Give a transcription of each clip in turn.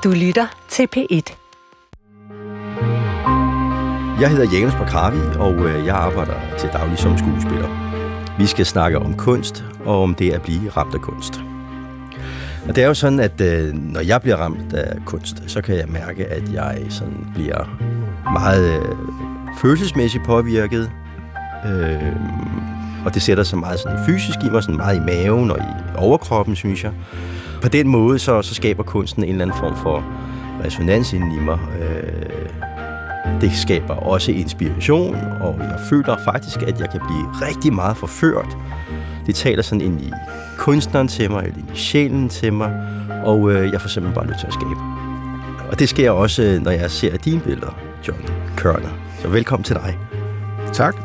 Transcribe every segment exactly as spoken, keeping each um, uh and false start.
Du lytter til P et. Jeg hedder Janus Bakravi, og jeg arbejder til daglig som skuespiller. Vi skal snakke om kunst, og om det at blive ramt af kunst. Og det er jo sådan, at når jeg bliver ramt af kunst, så kan jeg mærke, at jeg sådan bliver meget øh, følelsesmæssigt påvirket. Øh, og det sætter sig meget sådan fysisk i mig, sådan meget i maven og i overkroppen, synes jeg. På den måde, så, så skaber kunsten en eller anden form for resonans inden i mig. Øh, det skaber også inspiration, og jeg føler faktisk, at jeg kan blive rigtig meget forført. Det taler sådan ind i kunstneren til mig, eller ind i sjælen til mig, og øh, jeg får simpelthen bare lyst til at skabe. Og det sker også, når jeg ser dine billeder, John Kørner. Så velkommen til dig. Tak.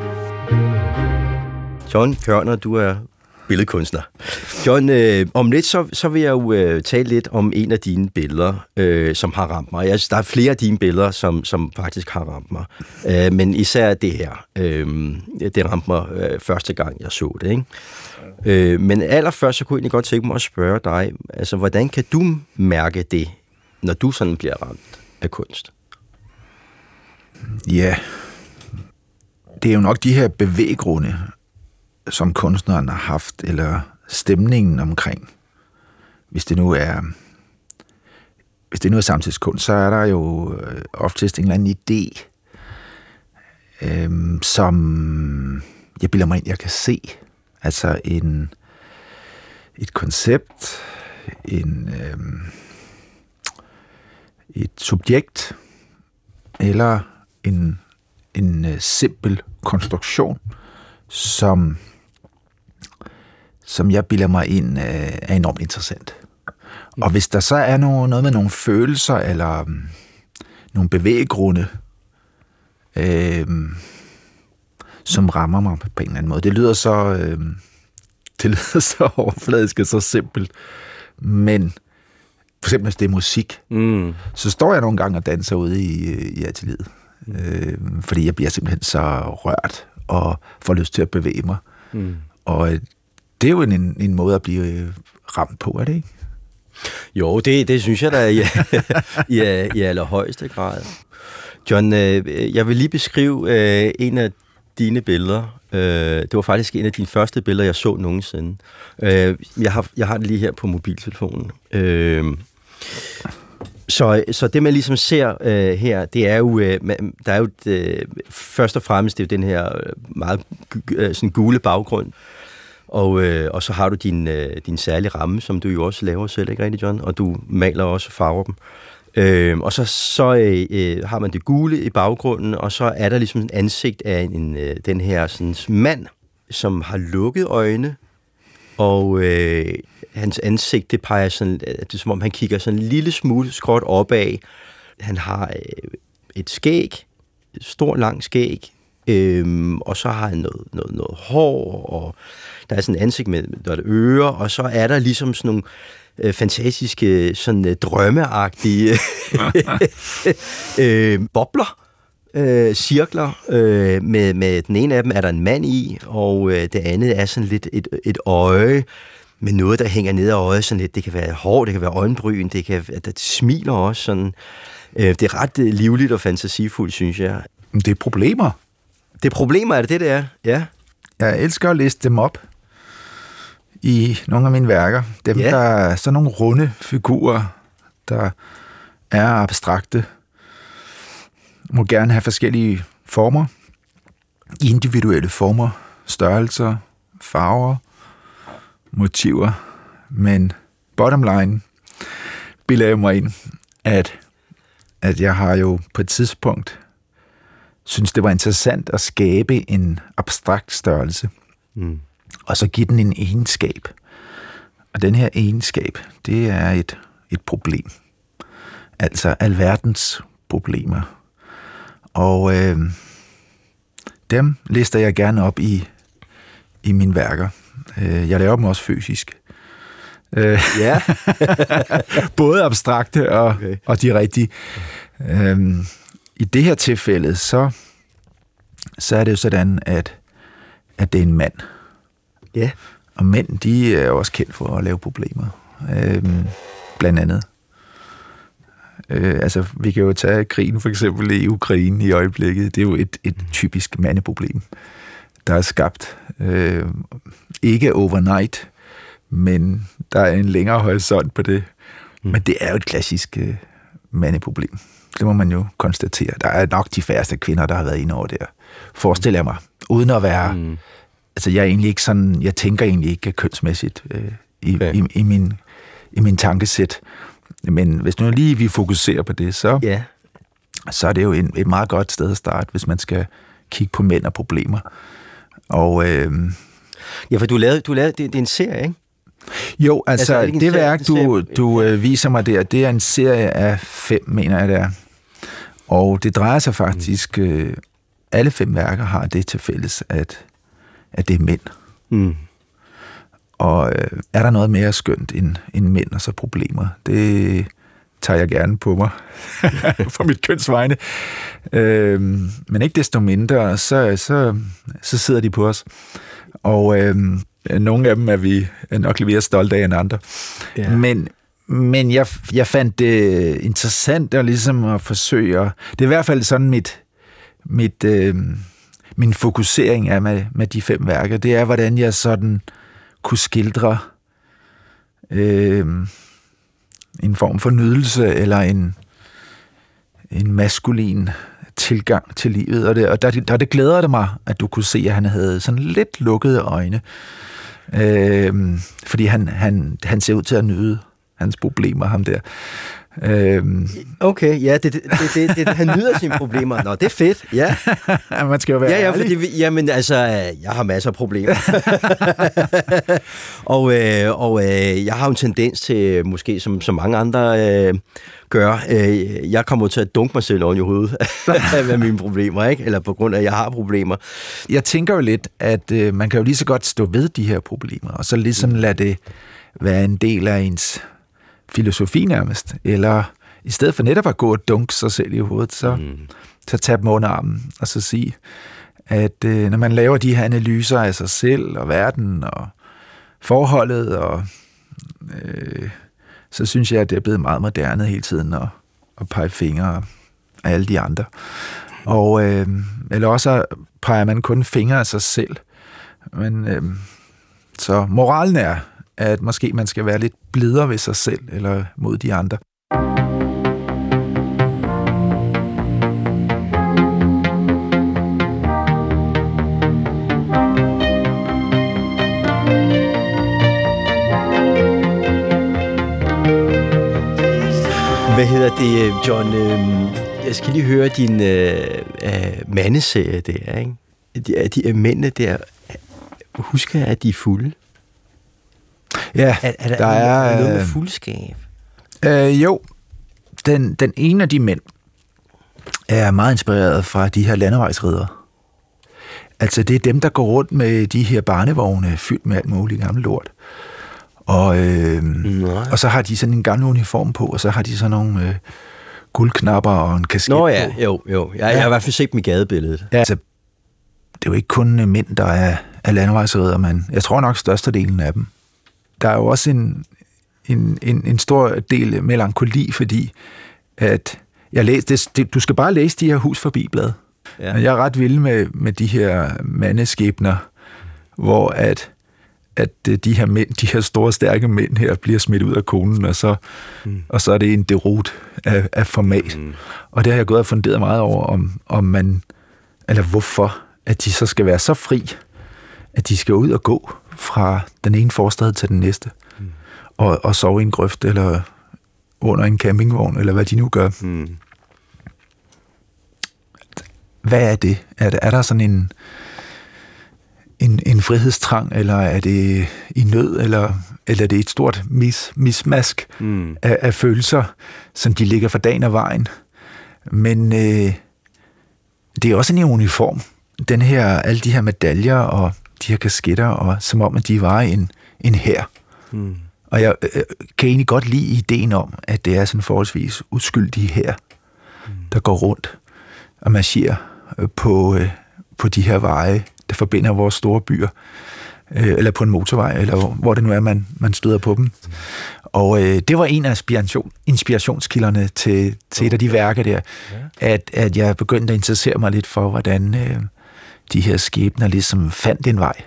John Kørner, du er billedkunstner. John, øh, om lidt, så, så vil jeg jo øh, tale lidt om en af dine billeder, øh, som har ramt mig. Jeg, der er flere af dine billeder, som, som faktisk har ramt mig. Øh, men især det her, øh, det ramte mig øh, første gang, jeg så det, ikke? Øh, men allerførst, så kunne jeg egentlig godt tænke mig at spørge dig, altså, hvordan kan du mærke det, når du sådan bliver ramt af kunst? Ja, det er jo nok de her bevæggrunde, som kunstneren har haft, eller stemningen omkring. Hvis det nu er, hvis det nu er samtidskunst, så er der jo oftest en eller anden idé, øhm, som jeg bilder mig ind, jeg kan se. Altså en, et koncept, en, øhm, et subjekt, eller en, en uh, simpel konstruktion, som som jeg bilder mig ind, er enormt interessant. Mm. Og hvis der så er noget, noget med nogle følelser, eller um, nogle bevæggrunde, øh, som rammer mig på en eller anden måde. Det lyder så, øh, det lyder så overfladisk og så simpelt. Men for eksempel, hvis det er musik, mm. så står jeg nogle gange og danser ude i, i atelieret. Mm. Øh, fordi jeg bliver simpelthen så rørt og får lyst til at bevæge mig. Mm. Og det er jo en, en måde at blive ramt på, er det ikke? Jo, det, det synes jeg da i, i, i allerhøjeste grad. John, øh, jeg vil lige beskrive øh, en af dine billeder. Øh, det var faktisk en af dine første billeder, jeg så nogensinde. Øh, jeg, har, jeg har det lige her på mobiltelefonen. Øh, Så, så det, man ligesom ser øh, her, det er jo, øh, der er jo øh, først og fremmest det er jo den her meget øh, sådan gule baggrund, og, øh, og så har du din, øh, din særlige ramme, som du jo også laver selv, ikke rigtigt, John? Og du maler også farver dem. Øh, og så, så øh, har man det gule i baggrunden, og så er der ligesom et ansigt af en, øh, den her sådan, mand, som har lukket øjne, og øh, hans ansigt, det peger sådan, det er som om han kigger sådan en lille smule skråt opad. Han har øh, et skæg, et stort langt skæg, øh, og så har han noget, noget, noget hår, og der er sådan et ansigt med, med et øre, og så er der ligesom sådan nogle øh, fantastiske, sådan øh, drømmeagtige øh, bobler. Øh, cirkler. Øh, med, med den ene af dem er der en mand i, og øh, det andet er sådan lidt et, et øje med noget, der hænger ned af øjet. Sådan lidt. Det kan være hår, det kan være øjenbryn, det kan der smiler også. Sådan. Øh, det er ret livligt og fantasifuldt, synes jeg. Det er problemer. Det er problemer, er det det, det er? Ja. Jeg elsker at liste dem op i nogle af mine værker. Dem, ja. Der er sådan nogle runde figurer, der er abstrakte, må gerne have forskellige former, individuelle former, størrelser, farver, motiver, men bottom line bilder jeg mig ind, at, at jeg har jo på et tidspunkt synes det var interessant at skabe en abstrakt størrelse, mm. og så give den en egenskab. Og den her egenskab, det er et, et problem. Altså alverdens problemer. Og øh, dem lister jeg gerne op i, i mine værker. Jeg laver dem også fysisk. Ja. Både abstrakte og, okay. og de rigtige. Øhm, I det her tilfælde, så, så er det jo sådan, at, at det er en mand. Ja. Og mænd, de er også kendt for at lave problemer. Øhm, blandt andet. Øh, altså, vi kan jo tage krigen for eksempel i Ukraine i øjeblikket. Det er jo et, et typisk mandeproblem, der er skabt. Øh, ikke overnight, men der er en længere horisont på det. Mm. Men det er jo et klassisk øh, mandeproblem. Det må man jo konstatere. Der er nok de færreste kvinder, der har været inde over der. Forestiller jeg mig. Uden at være... Mm. Altså, jeg er egentlig ikke sådan... Jeg tænker egentlig ikke kønsmæssigt øh, i, okay. i, i, min, i min tankesæt. Men hvis nu lige vi fokuserer på det, så, yeah. så er det jo en, et meget godt sted at starte, hvis man skal kigge på mænd og problemer. Og... Øh, ja, for du lavede... Du lavede det, det er en serie, ikke? Jo, altså, altså det, det værk, du, du øh, viser mig der, det er en serie af fem, mener jeg det er. Og det drejer sig faktisk, øh, alle fem værker har det til fælles, at, at det er mænd. Mm. Og øh, er der noget mere skønt end, end mænd og så problemer? Det tager jeg gerne på mig, for mit kønsvegne. Øh, men ikke desto mindre, så, så, så sidder de på os. Og... Øh, nogle af dem er vi nok lidt mere stolte af end andre. Ja. Men, men jeg, jeg fandt det interessant at, ligesom at forsøge at, det er i hvert fald sådan mit, mit, øh, min fokusering er med, med de fem værker. Det er, hvordan jeg sådan kunne skildre øh, en form for nydelse eller en, en maskulin tilgang til livet. Og, det, og der, der det glæder det mig, at du kunne se, at han havde sådan lidt lukkede øjne. Øh, fordi han, han, han ser ud til at nyde hans problemer, ham der. Øh, okay, ja, det, det, det, det, han nyder sine problemer. Nå, det er fedt, ja. Man skal jo være ja, ja, fordi, jamen, altså, jeg har masser af problemer. og øh, og øh, jeg har jo en tendens til, måske som, som mange andre øh, gør, øh, jeg kommer til at dunke mig selv oven i hovedet med mine problemer, ikke? Eller på grund af, at jeg har problemer. Jeg tænker jo lidt, at øh, man kan jo lige så godt stå ved de her problemer, og så ligesom lade det være en del af ens filosofi nærmest, eller i stedet for netop at gå og dunke sig selv i hovedet, så, mm. så tage dem under armen, og så sige, at øh, når man laver de her analyser af sig selv, og verden, og forholdet, og øh, så synes jeg, at det er blevet meget moderne hele tiden, at, at pege fingre af alle de andre. Og, øh, eller også peger man kun fingre af sig selv. Men, øh, så moralen er, at måske man skal være lidt blidere ved sig selv, eller mod de andre. Hvad hedder det, John? Jeg skal lige høre din øh, mandeserie der, ikke? De, de mændene der, husker jeg, at de er fulde? Ja, er, er der, der er, er noget med fuldskab? Øh, jo, den, den ene af de mænd er meget inspireret fra de her landevejsriddere. Altså, det er dem, der går rundt med de her barnevogne fyldt med alt muligt gammel lort. Og, øh, og så har de sådan en gammel uniform på, og så har de sådan nogle øh, guldknapper og en kasket Nå ja, på. jo, jo. Jeg, ja. jeg har i hvert fald set dem i gadebilledet. Ja, altså, det er jo ikke kun mænd, der er, er landevejsriddere, men jeg tror nok størstedelen af dem. Der er jo også en, en, en, en stor del melankoli, fordi at jeg læste, det, det, du skal bare læse de her Hus Forbi-blad. Ja. Jeg er ret vild med, med de her mandeskæbner, hvor at, at de her mænd, de her store, stærke mænd her, bliver smidt ud af konen, og så, mm. og så er det en derot af, af format. Mm. Og det har jeg gået og funderet meget over, om, om man, eller hvorfor, at de så skal være så fri, at de skal ud og gå fra den ene forstad til den næste, mm. og, og sove i en grøft, eller under en campingvogn, eller hvad de nu gør. Mm. Hvad er det? Er, er der sådan en, en, en frihedstrang, eller er det i nød, eller, eller er det et stort mis, mismask mm. af, af følelser, som de ligger for dagen og vejen? Men øh, det er også en uniform. Den her, alle de her medaljer og de her kasketter, og som om, at de var en, en hær. Mm. Og jeg øh, kan egentlig godt lide ideen om, at det er sådan forholdsvis uskyldige hær, mm. der går rundt og marcherer øh, på, øh, på de her veje, der forbinder vores store byer, øh, eller på en motorvej, eller hvor, hvor det nu er, man, man støder på dem. Mm. Og øh, det var en af inspiration, inspirationskilderne til, til et af de værker der, ja. at, at jeg begyndte at interessere mig lidt for, hvordan øh, de her skæbner ligesom fandt en vej.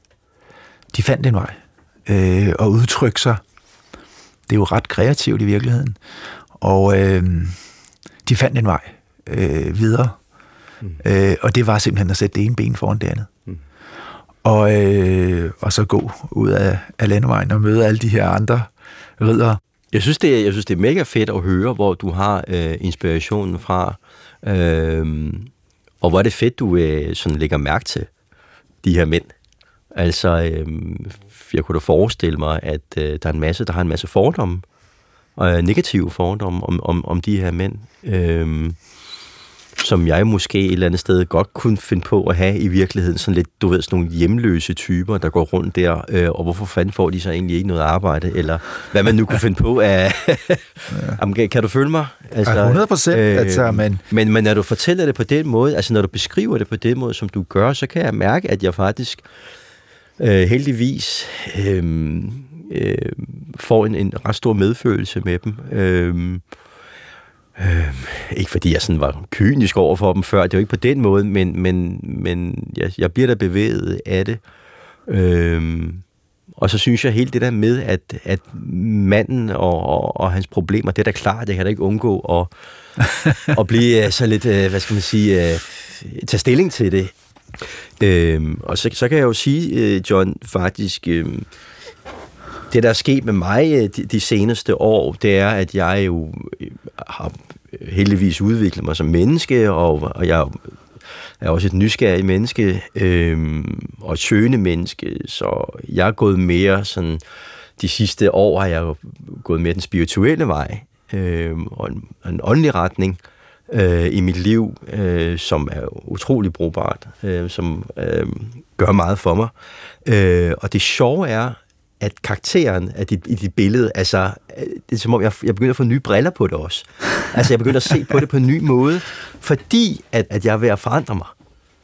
De fandt en vej. Øh, og udtrykke sig. Det er jo ret kreativt i virkeligheden. Og øh, de fandt en vej øh, videre. Mm. Øh, og det var simpelthen at sætte det ene ben foran det andet. Mm. Og, øh, og så gå ud af, af landevejen og møde alle de her andre riddere. Jeg synes, det er, jeg synes, det er mega fedt at høre, hvor du har øh, inspirationen fra. Øh, og hvor er det fedt, du øh, sådan lægger mærke til de her mænd. Altså, øh, jeg kunne da forestille mig, at øh, der er en masse, der har en masse fordomme, og øh, negative fordomme om, om, om de her mænd, øh, som jeg måske et eller andet sted godt kunne finde på at have i virkeligheden. Sådan lidt, du ved, sådan nogle hjemløse typer, der går rundt der, øh, og hvorfor fanden får de så egentlig ikke noget arbejde, eller hvad man nu kunne finde på af... ja. Kan du følge mig? Altså, ja, hundrede procent. Øh, altså, men... men... Men når du fortæller det på den måde, altså når du beskriver det på den måde, som du gør, så kan jeg mærke, at jeg faktisk øh, heldigvis øh, øh, får en, en ret stor medfølelse med dem. Øh, Øh, ikke fordi jeg sådan var kynisk over for dem før, det var ikke på den måde, men, men, men jeg, jeg bliver da bevæget af det. Øh, og så synes jeg helt det der med, at, at manden og, og, og hans problemer, det er da klart, det kan da ikke undgå at, at blive så lidt, hvad skal man sige, tage stilling til det. Øh, og så, så kan jeg jo sige, John, faktisk... Øh, det, der er sket med mig de, de seneste år, det er, at jeg jo har heldigvis udviklet mig som menneske, og, og jeg er også et nysgerrigt menneske, øhm, og et søgende menneske, så jeg er gået mere sådan, de sidste år har jeg gået mere den spirituelle vej, øhm, og en, en åndelig retning øh, i mit liv, øh, som er utrolig brugbart, øh, som øh, gør meget for mig. Øh, og det sjove er, at karakteren af dit, i dit billede, altså, det er som om, jeg, jeg begynder at få nye briller på det også. Altså, jeg begynder at se på det på en ny måde, fordi at, at jeg er ved at forandre mig.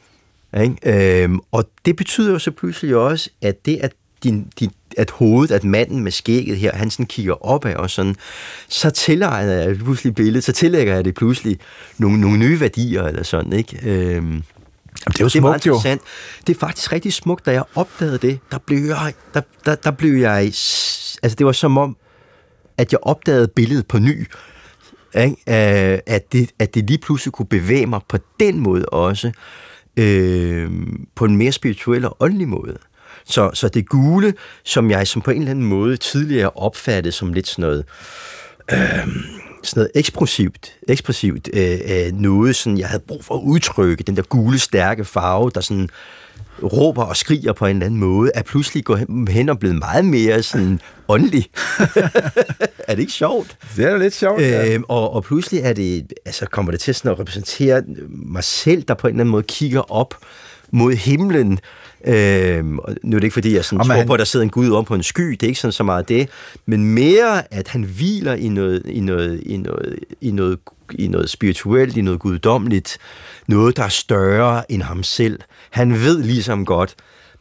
Ikke? Øhm, og det betyder jo så pludselig også, at det, at, din, din, at hovedet, at manden med skægget her, han sådan kigger opad og sådan, så tillægger jeg pludselig billedet, så tillægger jeg det pludselig nogle, nogle nye værdier, eller sådan, ikke? Øhm, Jamen, det er jo smukt, jo. Det er faktisk rigtig smukt, da jeg opdagede det. Der blev jeg, der, der, der blev jeg, altså det var som om, at jeg opdagede billedet på ny, ikke? At det, at det lige pludselig kunne bevæge mig på den måde også, øh, på en mere spirituel og åndelig måde. Så, så det gule, som jeg som på en eller anden måde tidligere opfattede som lidt sådan noget, øh, sådan noget ekspressivt, ekspressivt øh, øh, noget, sådan, jeg havde brug for at udtrykke, den der gule, stærke farve, der sådan råber og skriger på en eller anden måde, er pludselig gået hen og blevet meget mere sådan åndelig. Er det ikke sjovt? Det er lidt sjovt, ja. øh, og, og pludselig er det, altså kommer det til sådan at repræsentere mig selv, der på en eller anden måde kigger op mod himlen. Øhm, nu er det ikke fordi jeg sådan tror han... på at der sidder en Gud om på en sky, det er ikke sådan så meget det, men mere at han hviler i noget i noget i noget i noget i noget spirituelt, i noget guddommeligt, noget der er større end ham selv. Han ved ligesom godt,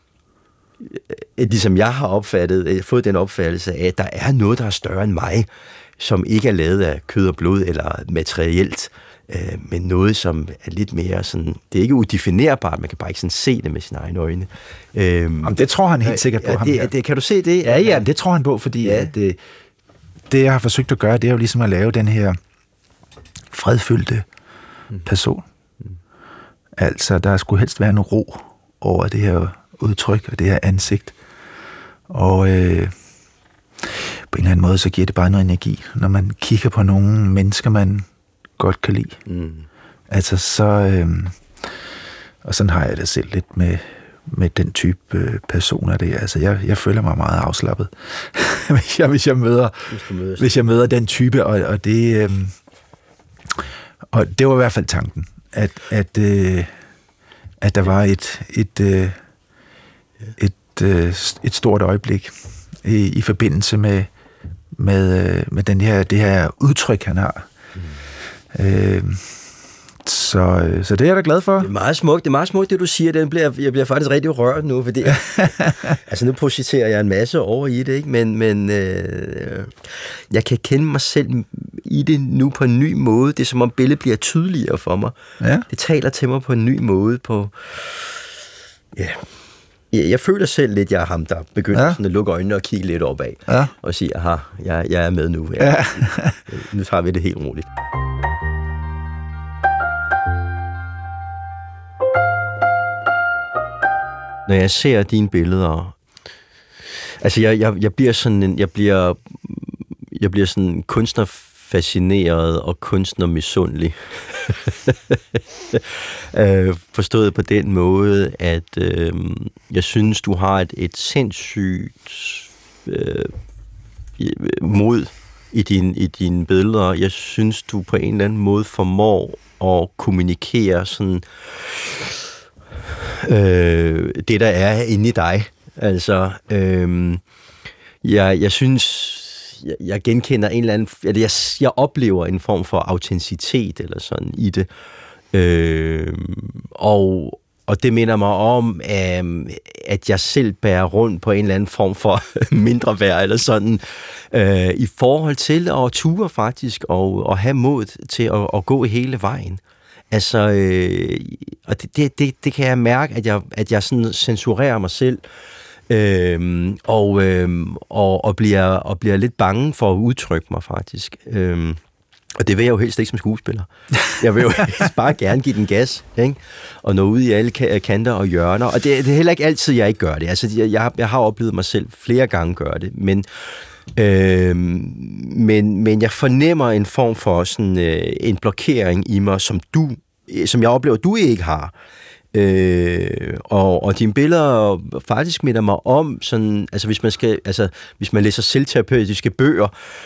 ligesom jeg har opfattet, fået den opfattelse af, at der er noget der er større end mig, som ikke er lavet af kød og blod eller materielt. Øh, men noget, som er lidt mere sådan, det er ikke udefinerbart, man kan bare ikke sådan se det med sine egne øjne. Øh, Jamen, det tror han helt sikkert på. Ja, ham det, det, kan du se det? Ja, ja, det tror han på, fordi ja. at det, det, jeg har forsøgt at gøre, det er jo ligesom at lave den her fredfyldte person. Mm. Altså, der skulle helst være en ro over det her udtryk og det her ansigt. Og øh, på en eller anden måde, så giver det bare noget energi, når man kigger på nogle mennesker, man godt kan lide. Mm. Altså så øhm, og sådan har jeg det selv lidt med med den type øh, personer der. Altså jeg jeg føler mig meget afslappet hvis jeg hvis jeg møder hvis, hvis jeg møder den type, og og det øhm, og det var i hvert fald tanken, at at øh, at der var et et øh, et øh, et stort øjeblik i, i forbindelse med med med den her det her udtryk han har. Mm. Øh, Så, så det er jeg da glad for. Det er meget smukt, det er meget smukt, det du siger. Den bliver, jeg bliver faktisk rigtig rørt nu, fordi altså nu projiciterer jeg en masse over i det, ikke? Men, men øh, jeg kan kende mig selv i det nu på en ny måde. Det er som om billedet bliver tydeligere for mig. Ja. Det taler til mig på en ny måde. På, ja. Jeg, jeg føler selv lidt, jeg er ham, der begynder ja. sådan at lukke øjnene og kigge lidt opad. Ja. Og sige, aha, jeg, jeg er med nu. Jeg, ja. Nu tager vi det helt roligt. Når jeg ser dine billeder, altså jeg, jeg, jeg bliver sådan en, jeg bliver, jeg bliver sådan kunstnerfascineret og kunstnermisundelig. øh, forstået på den måde, at øh, jeg synes, du har et, et sindssygt øh, mod i, din, i dine billeder. Jeg synes, du på en eller anden måde formår at kommunikere sådan Øh, det, der er inde i dig. Altså, øh, jeg, jeg synes, jeg, jeg genkender en eller anden, eller jeg, jeg oplever en form for autenticitet eller sådan i det. Øh, og, og det minder mig om, øh, at jeg selv bærer rundt på en eller anden form for mindre værd eller sådan, øh, i forhold til at ture faktisk, og, og have mod til at, at gå hele vejen. Altså, øh, og det, det, det, det kan jeg mærke, at jeg, at jeg sådan censurerer mig selv, øh, og, øh, og, og, bliver, og bliver lidt bange for at udtrykke mig, faktisk. Øh, og det vil jeg jo helst ikke som skuespiller. Jeg vil jo helst bare gerne give den gas, ikke? Og nå ud i alle kanter og hjørner. Og det, det er heller ikke altid, jeg ikke gør det. Altså, jeg, jeg har oplevet mig selv flere gange gøre det, men... Øh, men, men jeg fornemmer en form for sådan, øh, en blokering i mig, som du, som jeg oplever, du ikke har. Øh, og, og dine billeder faktisk minder mig om sådan, altså hvis man skal, altså hvis man læser selvterapeutiske bøger,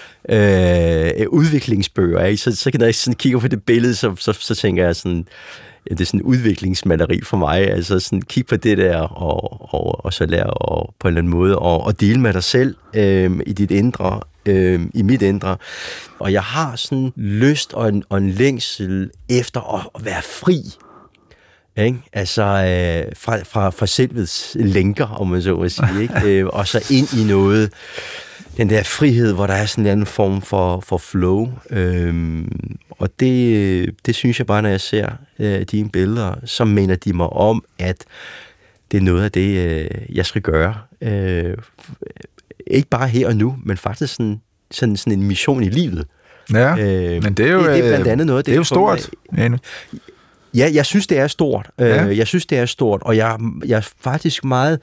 øh, udviklingsbøger, ikke? Så, så kan jeg sådan kigge på det billede, så, så, så tænker jeg sådan, ja, det er sådan en udviklingsmaleri for mig, altså sådan kig på det der, og, og, og så lære og, på en eller anden måde og, og dele med dig selv øh, i dit indre, øh, i mit indre. Og jeg har sådan lyst og en, og en længsel efter at, at være fri. Ikke? Altså øh, fra, fra, fra selvets lænker, om man så må sige, ikke? Øh, og så ind i noget, den der frihed, hvor der er sådan en anden form for, for flow. Øhm, og det, det synes jeg bare, når jeg ser øh, dine billeder, så minder de mig om, at det er noget af det, øh, jeg skal gøre. Øh, ikke bare her og nu, men faktisk sådan, sådan, sådan en mission i livet. Ja, øh, men det er jo, det, det er blandt andet noget, det, det er jo stort. Mig. Ja, jeg synes, det er stort. Ja. Jeg synes, det er stort, og jeg, jeg er faktisk meget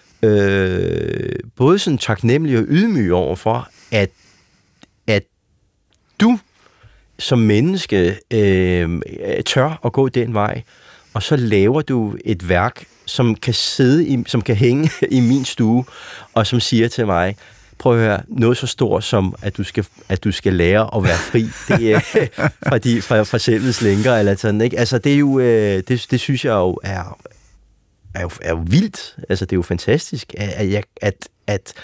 øh, både sådan taknemmelig og ydmyg overfor, at, at du som menneske øh, tør at gå den vej, og så laver du et værk, som kan sidde, i, som kan hænge i min stue, og som siger til mig, prøv at høre, noget så stort som, at du skal, at du skal lære at være fri. Det er fra, de, fra, fra selvets lænker, eller sådan, ikke? Altså, det er jo, det, det synes jeg jo er, er, jo, er jo vildt. Altså, det er jo fantastisk, at, jeg, at, at,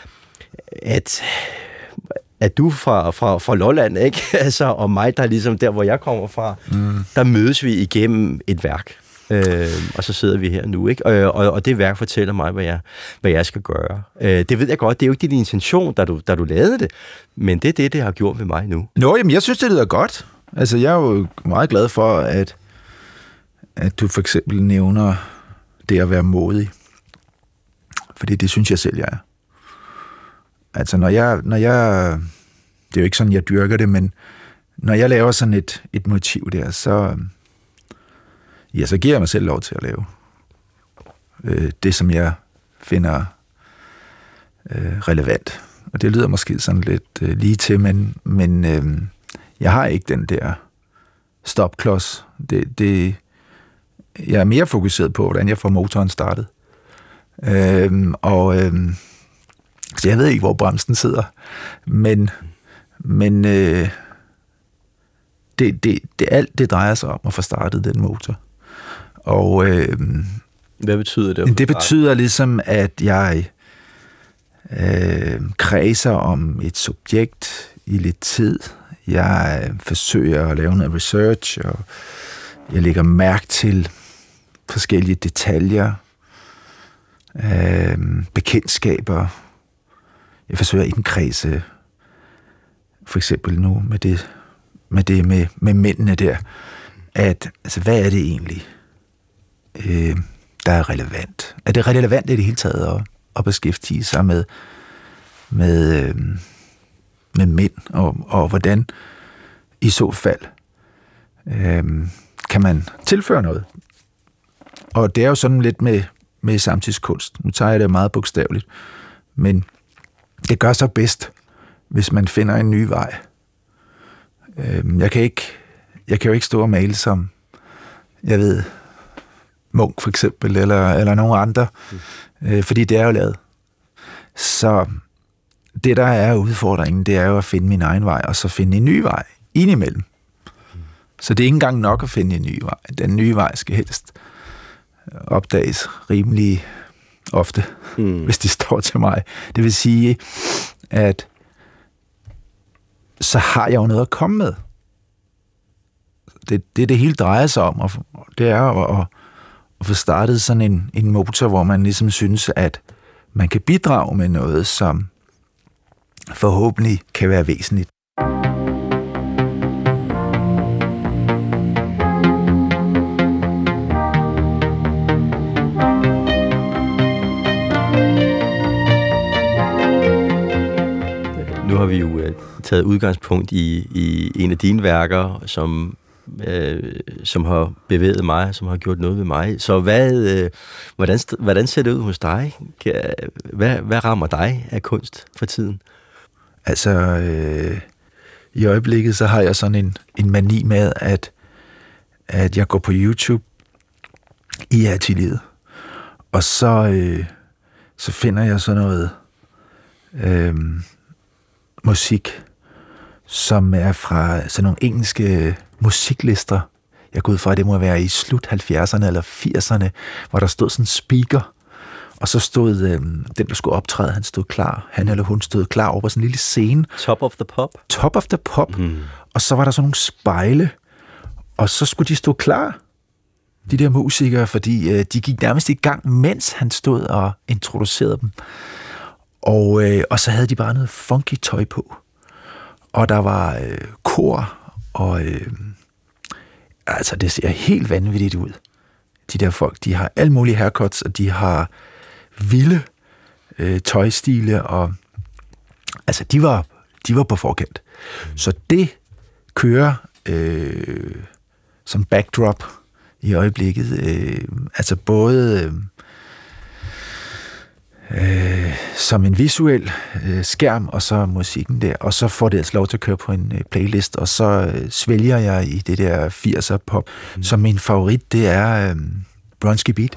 at, at du fra, fra, fra Lolland, ikke? Altså, og mig, der er ligesom der, hvor jeg kommer fra, mm. der mødes vi igennem et værk. Øh, og så sidder vi her nu, ikke? Og, og, og det værk fortæller mig, hvad jeg, hvad jeg skal gøre. Øh, det ved jeg godt, det er jo ikke din intention, da du, da du lavede det, men det er det, det har gjort ved mig nu. Nå, jamen, jeg synes, det lyder godt. Altså, jeg er jo meget glad for, at, at du for eksempel nævner det at være modig. Fordi det synes jeg selv, jeg er. Altså, når jeg, når jeg... Det er jo ikke sådan, jeg dyrker det, men når jeg laver sådan et, et motiv der, så... Ja, så giver jeg mig selv lov til at lave øh, det, som jeg finder øh, relevant. Og det lyder måske sådan lidt øh, lige til, men, men øh, jeg har ikke den der stopklods. Det, det, jeg er mere fokuseret på, hvordan jeg får motoren startet. Øh, og øh, så jeg ved ikke, hvor bremsen sidder, men, men øh, det, det, det, alt det drejer sig om at få startet den motor. Og øh, hvad betyder det? Det betyder ligesom, at jeg øh, kredser om et subjekt i lidt tid. Jeg forsøger at lave noget research, og Jeg lægger mærke til forskellige detaljer, øh, bekendtskaber. Jeg forsøger at indkredse, for eksempel nu med det med, det med, med mændene der, at altså, hvad er det egentlig, øh, der er relevant? Er det relevant i det hele taget at, at beskæftige sig med, med, øh, med mænd, og, og hvordan i så fald øh, kan man tilføre noget? Og det er jo sådan lidt med, med samtidskunst. Nu tager jeg det meget bogstaveligt, men det gør sig bedst, hvis man finder en ny vej. Øh, jeg kan ikke, jeg kan jo ikke stå og male som, jeg ved, Munch for eksempel, eller, eller nogen andre, mm. øh, fordi det er jo lavet. Så det, der er udfordringen, det er jo at finde min egen vej, og så finde en ny vej indimellem. Mm. Så det er ikke engang nok at finde en ny vej. Den nye vej skal helst opdages rimelig ofte, mm. hvis det står til mig. Det vil sige, at så har jeg jo noget at komme med. Det, det, det hele drejer sig om, og det er at, at, at få startet sådan en, en motor, hvor man ligesom synes, at man kan bidrage med noget, som forhåbentlig kan være væsentligt. Nu har vi jo uh, taget udgangspunkt i, i en af dine værker, som, uh, som har bevæget mig, som har gjort noget ved mig. Så hvad, uh, hvordan, hvordan ser det ud hos dig? Hvad, hvad rammer dig af kunst for tiden? Altså, øh, i øjeblikket så har jeg sådan en, en mani med, at, at jeg går på YouTube i atelieret, og så, øh, så finder jeg sådan noget øh, musik, som er fra sådan nogle engelske musiklister. Jeg går ud fra, at det må være i slut halvfjerdserne eller firserne, hvor der stod sådan en speaker, og så stod øh, den, der skulle optræde, han stod klar. Han eller hun stod klar over på sådan en lille scene. Top of the pop. Top of the pop. Mm. Og så var der sådan nogle spejle, og så skulle de stå klar, de der musikere, fordi øh, de gik nærmest i gang, mens han stod og introducerede dem. Og, øh, og så havde de bare noget funky tøj på. Og der var øh, kor, og øh, altså det ser helt vanvittigt ud. De der folk, de har alle mulige haircuts, og de har vilde øh, tøjstile, og altså de var, de var på forkant. Mm. Så det kører øh, som backdrop i øjeblikket. Øh, altså både øh, øh, som en visuel øh, skærm, og så musikken der, og så får det altså lov til at køre på en øh, playlist, og så øh, svælger jeg i det der firser pop. Mm. Så min favorit, det er øh, Bronski Beat.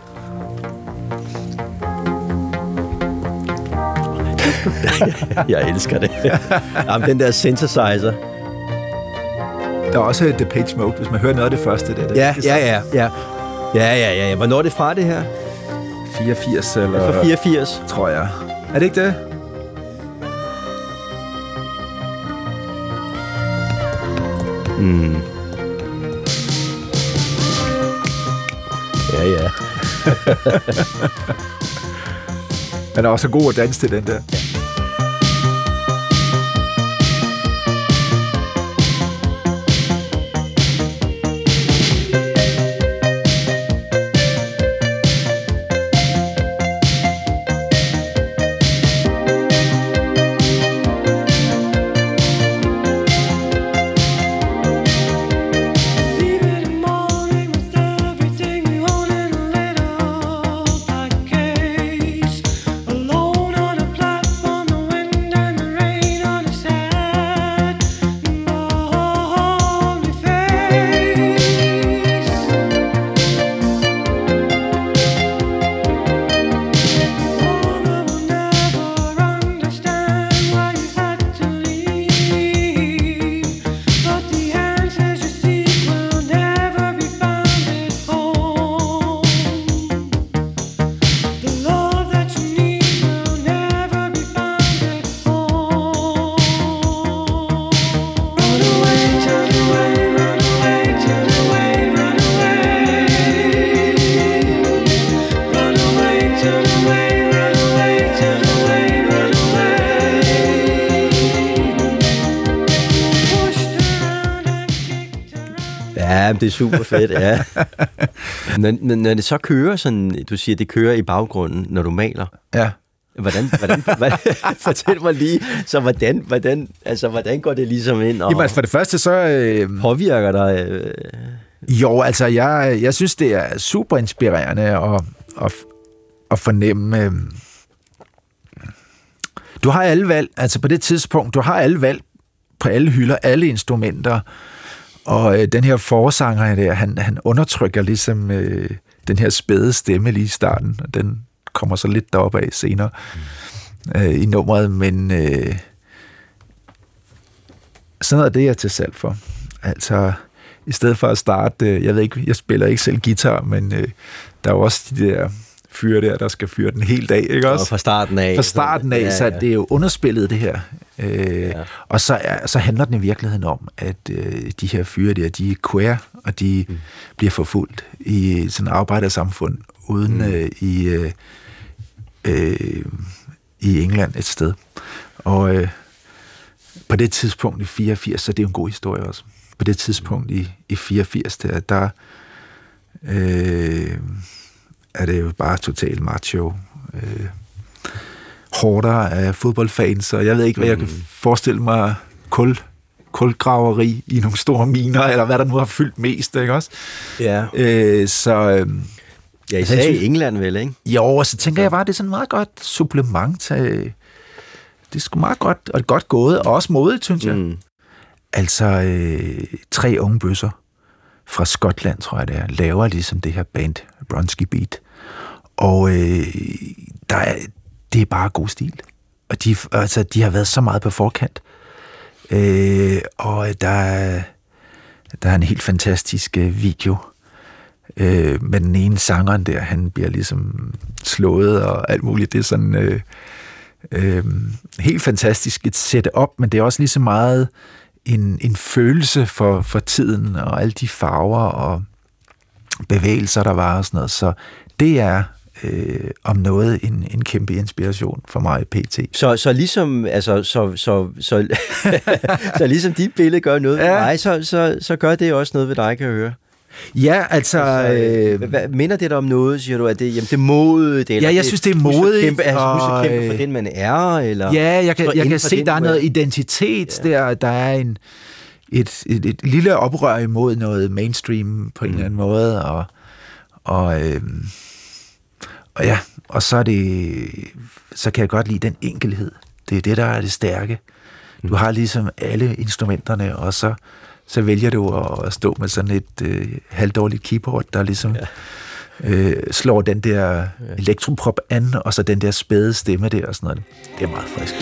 Jeg elsker det. Jamen, den der synthesizer. Der er også The Page Mode, hvis man hører noget af det første. Der, der ja, ja, ja, ja. Ja, ja, ja. Hvornår er det fra, det her? fireogfirs eller... Ja, fra fireogfirs. Tror jeg. Er det ikke det? Mm. Ja, ja. Han er også god at danse til den der. Ja, det er super fedt, ja. Når, når det så kører sådan, du siger, det kører i baggrunden, når du maler. Ja. Hvordan, hvordan, hvordan fortæl mig lige, så hvordan, hvordan, altså, hvordan går det ligesom ind? Og Jamen, for det første så... Øh, påvirker dig? Øh... Jo, altså, jeg, jeg synes, det er super inspirerende at, at, at fornemme... Øh, du har alle valg, altså på det tidspunkt, du har alle valg på alle hylder, alle instrumenter, og øh, den her forsanger der, han, han undertrykker ligesom øh, den her spæde stemme lige i starten, og den kommer så lidt deroppe af senere mm. øh, i nummeret, men øh, sådan noget, det er jeg til salg for. Altså, i stedet for at starte, øh, jeg ved ikke, jeg spiller ikke selv guitar, men øh, der er jo også de der fyre der, der skal fyre den helt af, ikke også? Og fra starten af. Fra starten af, ja, ja. Så det er jo underspillet, det her. Øh, ja. Og så, er, så handler den i virkeligheden om, at øh, de her fyre der, de er queer, og de mm. bliver forfulgt i sådan et arbejdersamfund, uden mm. øh, i, øh, øh, i England et sted. Og øh, på det tidspunkt i fireogfirs, så det er jo en god historie også. På det tidspunkt i, i fireogfirs, der, der øh, er det jo bare totalt macho. Øh, hårder af fodboldfans, og jeg ved ikke, hvad jeg kan forestille mig, kul, kulgraveri i nogle store miner, eller hvad der nu har fyldt mest, ikke også? Ja. Øh, så... Øh, ja, især i England vel, ikke? Jo, og så tænker jeg bare, det er sådan et meget godt supplement til... Det er sgu meget godt, og godt gået, og også modigt, synes jeg. Mm. Altså, øh, tre unge bøsser fra Skotland, tror jeg det er, laver ligesom det her band, Bronski Beat. Og øh, der er, det er bare god stil. Og de, altså, de har været så meget på forkant. Øh, og der er, der er en helt fantastisk øh, video øh, med den ene sangeren der, han bliver ligesom slået og alt muligt. Det er sådan øh, øh, helt fantastisk et setup, men det er også lige så meget en, en følelse for, for tiden og alle de farver og bevægelser, der var og sådan noget. Så det er øh, om noget en, en kæmpe inspiration for mig i P T. Så, så ligesom altså, så, så, så, så ligesom dit billede gør noget ja. ved dig, så, så, så gør det også noget ved dig, kan jeg høre. Ja, altså... altså øh, hvad, minder det dig om noget, siger du? At det, jamen, det er modigt? Eller ja, jeg det, synes, det er modigt. Kæmpe, altså, og, kæmpe for den, man er? Eller ja, jeg kan, jeg kan se, der er noget identitet ja. der. Der er en, et, et, et lille oprør imod noget mainstream på en mm. eller anden måde. Og, og, øhm, og ja, og så er det... Så kan jeg godt lide den enkelhed. Det er det, der er det stærke. Du har ligesom alle instrumenterne, og så... så vælger du at stå med sådan et øh, halvdårligt keyboard, der ligesom ja. øh, slår den der elektroprop an, og så den der spæde stemme der og sådan noget. Det er meget frisk.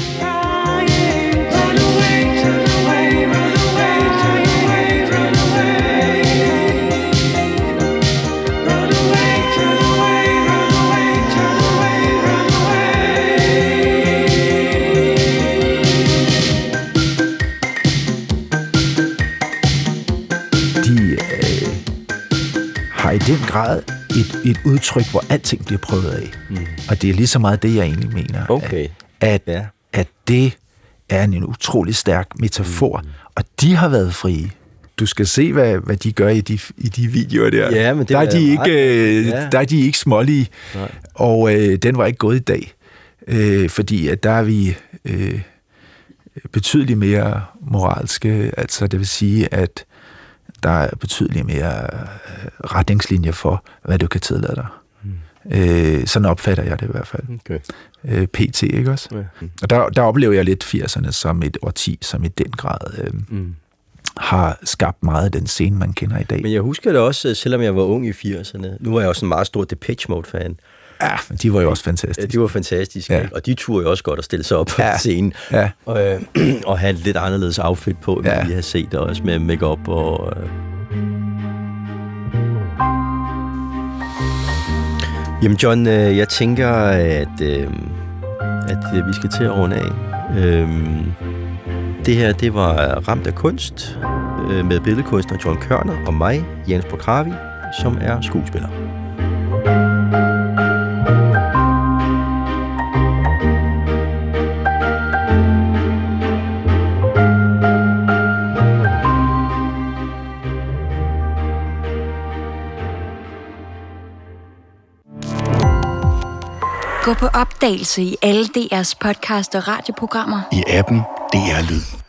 I den grad et, et udtryk, hvor alting bliver prøvet af. Mm. Og det er lige så meget det, jeg egentlig mener. Okay. At, at, ja. at det er en utrolig stærk metafor, mm. og de har været frie. Du skal se, hvad, hvad de gør i de, i de videoer der. Ja, men det der, er de ikke, øh, ja. der er de ikke smålige, Nej. og øh, den var ikke gået i dag. Øh, fordi at der er vi øh, betydeligt mere moralske. Altså det vil sige, at der er betydeligt mere retningslinjer for, hvad du kan tillade dig. Mm. Øh, sådan opfatter jeg det i hvert fald. Okay. Øh, P T, ikke også? Ja. Mm. Og der, der oplever jeg lidt firserne som et årti, som i den grad øh, mm. har skabt meget af den scene, man kender i dag. Men jeg husker det også, selvom jeg var ung i firserne. Nu var jeg også en meget stor Depeche Mode-fan. Ja, men de var jo også fantastiske. Ja, de var fantastiske, ja. Og de turde jo også godt at stille sig op på ja. scenen. Ja. Og, øh, og have et lidt anderledes outfit på, end ja. vi har set det også med make-up og... Øh. Jamen John, øh, jeg tænker, at, øh, at øh, vi skal til at runde af. Øh, det her, det var Ramt af kunst øh, med billedkunstner John Kørner og mig, Jens Pokravi, som er skuespiller. Gå på opdagelse i alle D R's podcast og radioprogrammer. I appen D R Lyd.